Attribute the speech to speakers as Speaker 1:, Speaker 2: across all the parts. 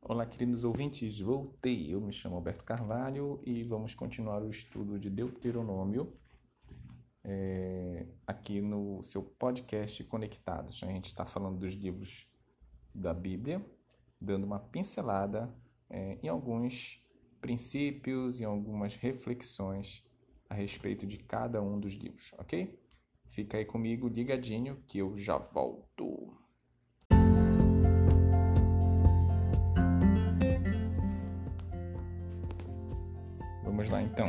Speaker 1: Olá, queridos ouvintes, voltei. Eu me chamo Alberto Carvalho e vamos continuar o estudo de Deuteronômio aqui no seu podcast Conectados. A gente está falando dos livros da Bíblia, dando uma pincelada em alguns princípios e algumas reflexões a respeito de cada um dos livros, ok? Fica aí comigo ligadinho que eu já volto. Vamos lá então.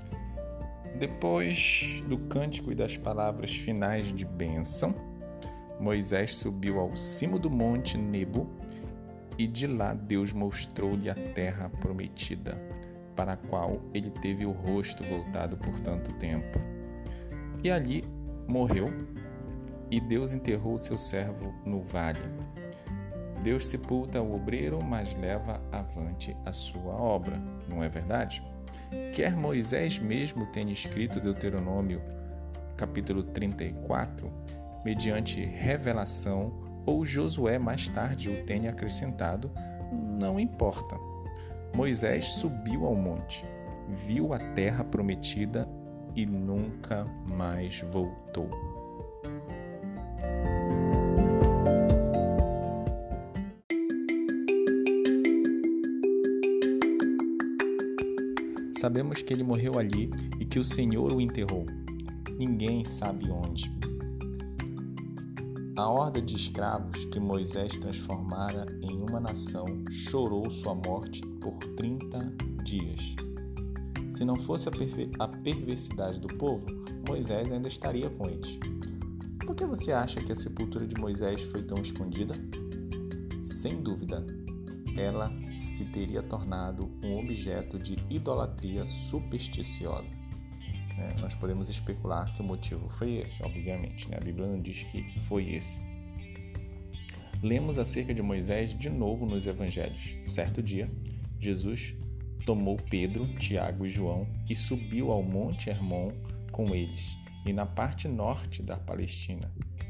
Speaker 1: Depois do cântico e das palavras finais de bênção, Moisés subiu ao cimo do monte Nebo e de lá Deus mostrou-lhe a terra prometida, para a qual ele teve o rosto voltado por tanto tempo. E ali morreu, e Deus enterrou o seu servo no vale. Deus sepulta o obreiro, mas leva avante a sua obra, não é verdade? Quer Moisés mesmo tenha escrito Deuteronômio capítulo 34, mediante revelação, ou Josué mais tarde o tenha acrescentado, não importa. Moisés subiu ao monte, viu a terra prometida e nunca mais voltou. Sabemos que ele morreu ali e que o Senhor o enterrou. Ninguém sabe onde. A horda de escravos que Moisés transformara em uma nação chorou sua morte por 30 dias. Se não fosse a perversidade do povo, Moisés ainda estaria com eles. Por que você acha que a sepultura de Moisés foi tão escondida? Sem dúvida, ela se teria tornado um objeto de idolatria supersticiosa. Nós podemos especular que o motivo foi esse, obviamente. A Bíblia não diz que foi esse. Lemos acerca de Moisés de novo nos Evangelhos. Certo dia, Jesus tomou Pedro, Tiago e João e subiu ao Monte Hermon com eles, e na parte norte da Palestina.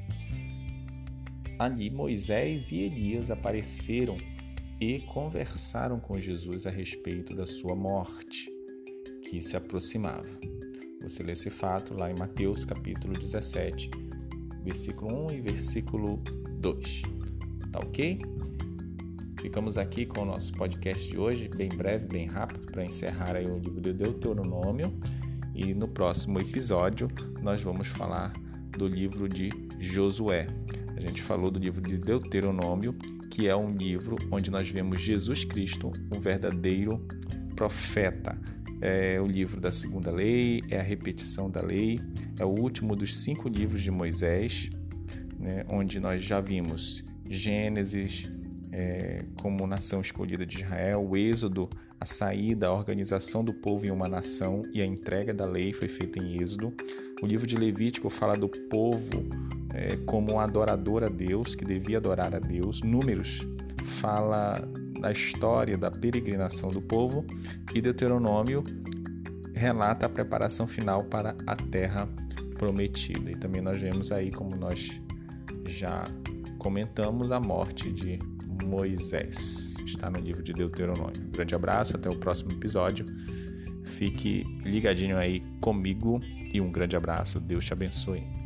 Speaker 1: Ali Moisés e Elias apareceram e conversaram com Jesus a respeito da sua morte, que se aproximava. Você lê esse fato lá em Mateus capítulo 17, versículo 1 e versículo 2. Tá ok? Ficamos aqui com o nosso podcast de hoje, bem breve, bem rápido, para encerrar aí o livro de Deuteronômio. E no próximo episódio nós vamos falar do livro de Josué. A gente falou do livro de Deuteronômio, que é um livro onde nós vemos Jesus Cristo, um verdadeiro profeta. É o livro da segunda lei, é a repetição da lei, é o último dos 5 livros de Moisés, onde nós já vimos Gênesis, como nação escolhida de Israel, o Êxodo, a saída, a organização do povo em uma nação e a entrega da lei foi feita em Êxodo. O livro de Levítico fala do povo como um adorador a Deus, que devia adorar a Deus. Números fala da história da peregrinação do povo, e Deuteronômio relata a preparação final para a terra prometida. E também nós vemos aí, como nós já comentamos, a morte de Moisés. Está no livro de Deuteronômio. Um grande abraço, até o próximo episódio. Fique ligadinho aí comigo e um grande abraço. Deus te abençoe.